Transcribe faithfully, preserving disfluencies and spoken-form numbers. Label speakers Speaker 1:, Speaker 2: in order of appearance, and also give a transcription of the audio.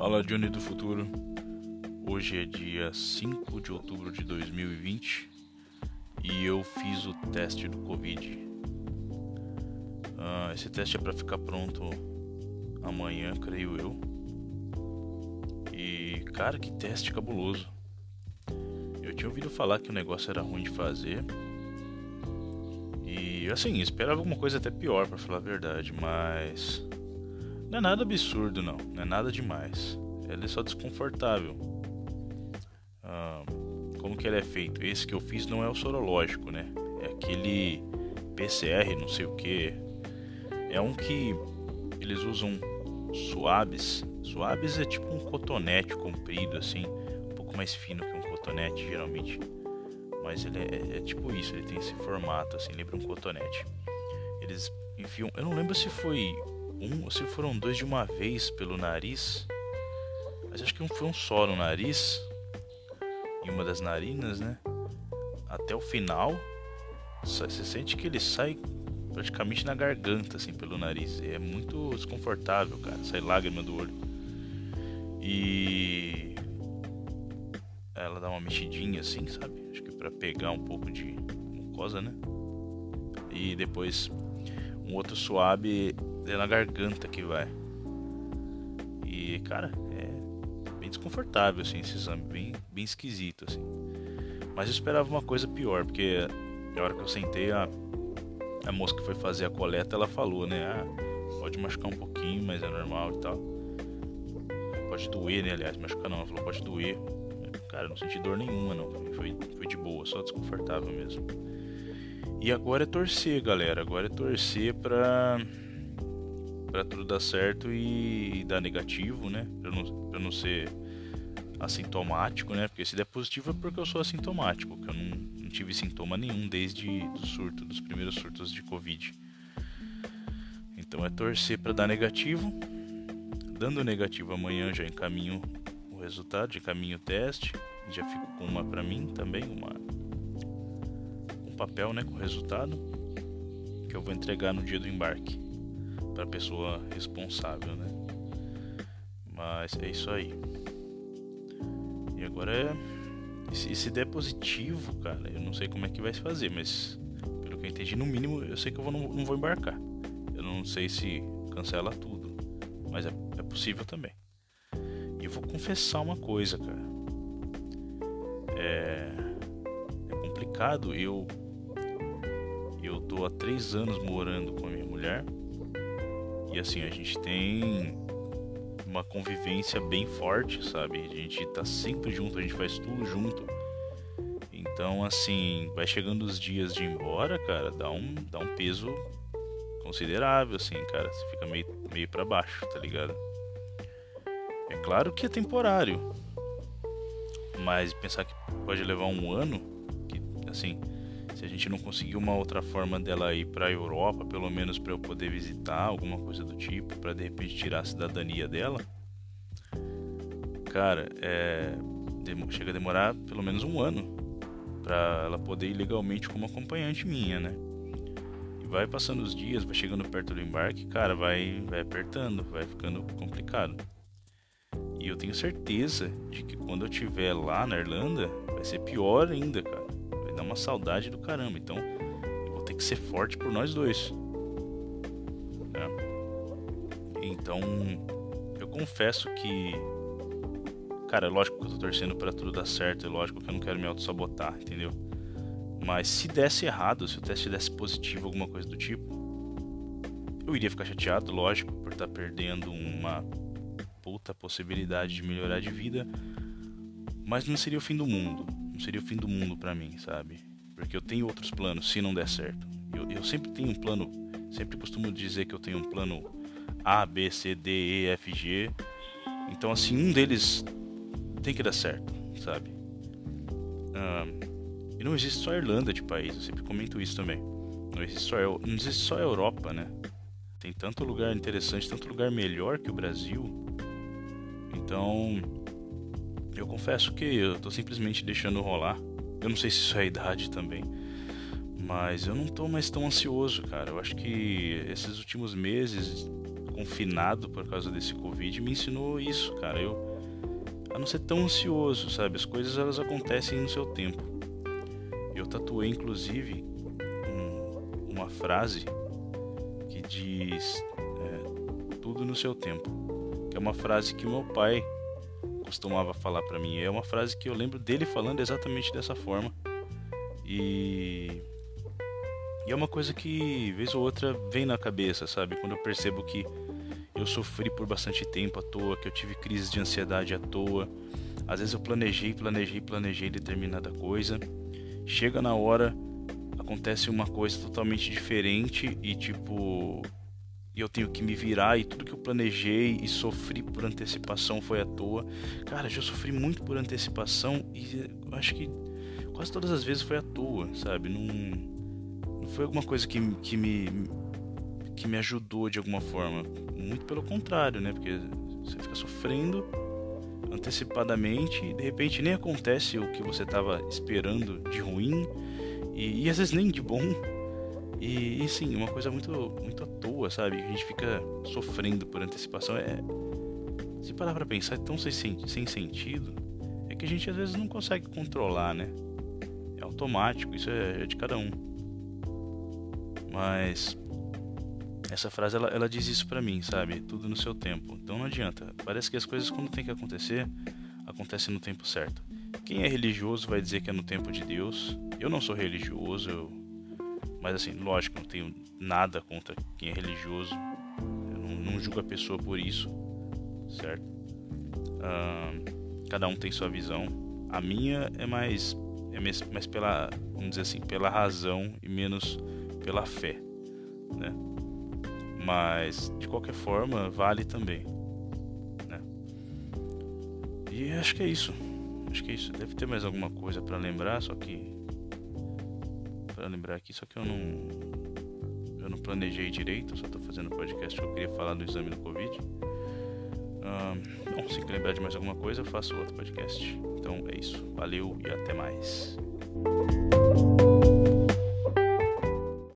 Speaker 1: Fala, Johnny do futuro. Hoje é dia cinco de outubro de dois mil e vinte e eu fiz o teste do Covid. Ah, esse teste é para ficar pronto amanhã, creio eu. E cara, que teste cabuloso. Eu tinha ouvido falar que o negócio era ruim de fazer. E assim, esperava alguma coisa até pior, pra falar a verdade, mas não é nada absurdo, não, não é nada demais. Ele é só desconfortável. Ah, como que ele é feito? Esse que eu fiz não é o sorológico, né? É aquele P C R, não sei o que. É um que eles usam suaves. Suaves é tipo um cotonete comprido, assim, um pouco mais fino que um cotonete, geralmente. Mas ele é, é tipo isso, ele tem esse formato, assim, lembra um cotonete. Eles enfiam, eu não lembro se foi um ou se foram dois de uma vez pelo nariz, mas acho que um foi um só no nariz, em uma das narinas, né? Até o final, você sente que ele sai praticamente na garganta, assim, pelo nariz. É muito desconfortável, cara, sai lágrima do olho. E ela dá uma mexidinha assim, sabe? Acho que pra pegar um pouco de mucosa, né? E depois um outro suave é na garganta que vai. E, cara, é bem desconfortável, assim, esse exame. Bem, bem esquisito, assim. Mas eu esperava uma coisa pior, porque na hora que eu sentei, a, a moça que foi fazer a coleta, ela falou, né? Ah, pode machucar um pouquinho, mas é normal e tal. Pode doer, né? Aliás, machucar não. Ela falou, pode doer. Cara, não senti dor nenhuma, não. Foi, foi de boa, só desconfortável mesmo. E agora é torcer, galera. Agora é torcer pra, pra tudo dar certo e dar negativo, né? Pra não, pra não ser assintomático, né? Porque se der positivo é porque eu sou assintomático, que eu não, não tive sintoma nenhum desde o surto, dos primeiros surtos de Covid. Então é torcer pra dar negativo. Dando negativo amanhã já encaminho o resultado, já encaminho o teste. Já fico com uma pra mim também, uma, um papel, né, com o resultado, que eu vou entregar no dia do embarque pra pessoa responsável, né? Mas é isso aí. E agora é... E se, e se der positivo, cara, eu não sei como é que vai se fazer, mas pelo que eu entendi, no mínimo eu sei que eu vou, não, não vou embarcar. Eu não sei se cancela tudo, mas é, é possível também. E eu vou confessar uma coisa, cara. É, é complicado. Eu eu tô há três anos morando com a minha mulher e assim, a gente tem uma convivência bem forte, sabe? A gente tá sempre junto, a gente faz tudo junto. Então, assim, vai chegando os dias de ir embora, cara, dá um, dá um peso considerável, assim, cara. Você fica meio, meio pra baixo, tá ligado? É claro que é temporário, mas pensar que pode levar um ano, que assim, se a gente não conseguir uma outra forma dela ir pra Europa, pelo menos pra eu poder visitar, alguma coisa do tipo, pra de repente tirar a cidadania dela, cara, é, chega a demorar pelo menos um ano pra ela poder ir legalmente como acompanhante minha, né? E vai passando os dias, vai chegando perto do embarque, cara, vai, vai apertando, vai ficando complicado. E eu tenho certeza de que quando eu estiver lá na Irlanda, vai ser pior ainda, cara. Vai dar uma saudade do caramba. Então, eu vou ter que ser forte por nós dois. Né? Então, eu confesso que... Cara, é lógico que eu tô torcendo pra tudo dar certo. É lógico que eu não quero me auto-sabotar, entendeu? Mas se desse errado, se o teste desse positivo, alguma coisa do tipo, eu iria ficar chateado, lógico, por estar perdendo uma... puta possibilidade de melhorar de vida, mas não seria o fim do mundo, não seria o fim do mundo pra mim, sabe? Porque eu tenho outros planos se não der certo. Eu, eu sempre tenho um plano, sempre costumo dizer que eu tenho um plano A, B, C, D, E, F, G. Então assim, um deles tem que dar certo, sabe? Ah, e não existe só a Irlanda de país, eu sempre comento isso também. Não existe só, não existe só a Europa, né? Tem tanto lugar interessante, tanto lugar melhor que o Brasil. Então, eu confesso que eu tô simplesmente deixando rolar. Eu não sei se isso é a idade também, mas eu não tô mais tão ansioso, cara. Eu acho que esses últimos meses, confinado por causa desse Covid me ensinou isso, cara. Eu a não ser tão ansioso, sabe? As coisas elas acontecem no seu tempo. Eu tatuei inclusive um, uma frase que diz é, tudo no seu tempo, que é uma frase que o meu pai costumava falar pra mim. É uma frase que eu lembro dele falando exatamente dessa forma. E, e é uma coisa que vez ou outra vem na cabeça, sabe? Quando eu percebo que eu sofri por bastante tempo à toa, que eu tive crises de ansiedade à toa. Às vezes eu planejei, planejei, planejei determinada coisa. Chega na hora, acontece uma coisa totalmente diferente e tipo... E eu tenho que me virar e tudo que eu planejei e sofri por antecipação foi à toa. Cara, já sofri muito por antecipação e eu acho que quase todas as vezes foi à toa, sabe? Não, não foi alguma coisa que, que, me, que me ajudou de alguma forma. Muito pelo contrário, né? Porque você fica sofrendo antecipadamente e de repente nem acontece o que você estava esperando de ruim e, e às vezes nem de bom. E, e sim, uma coisa muito, muito à toa, sabe? A gente fica sofrendo por antecipação. É, se parar pra pensar, é tão sem, sem sentido. É que a gente às vezes não consegue controlar, né? É automático, isso é, é de cada um. Mas essa frase, ela, ela diz isso pra mim, sabe? Tudo no seu tempo. Então não adianta. Parece que as coisas, quando tem que acontecer, acontecem no tempo certo. Quem é religioso vai dizer que é no tempo de Deus. Eu não sou religioso, eu... Mas assim, lógico, não tenho nada contra quem é religioso. Eu não, não julgo a pessoa por isso, certo? Uh, cada um tem sua visão. A minha é mais, é mais, mais pela, vamos dizer assim, pela razão e menos pela fé, né? Mas de qualquer forma vale também, né? E acho que é isso. Acho que é isso. Deve ter mais alguma coisa para lembrar, só que para lembrar aqui, só que eu não eu não planejei direito, eu só tô fazendo podcast que eu queria falar do exame do Covid. Um, bom, se lembrar de mais alguma coisa, eu faço outro podcast. Então é isso. Valeu e até mais.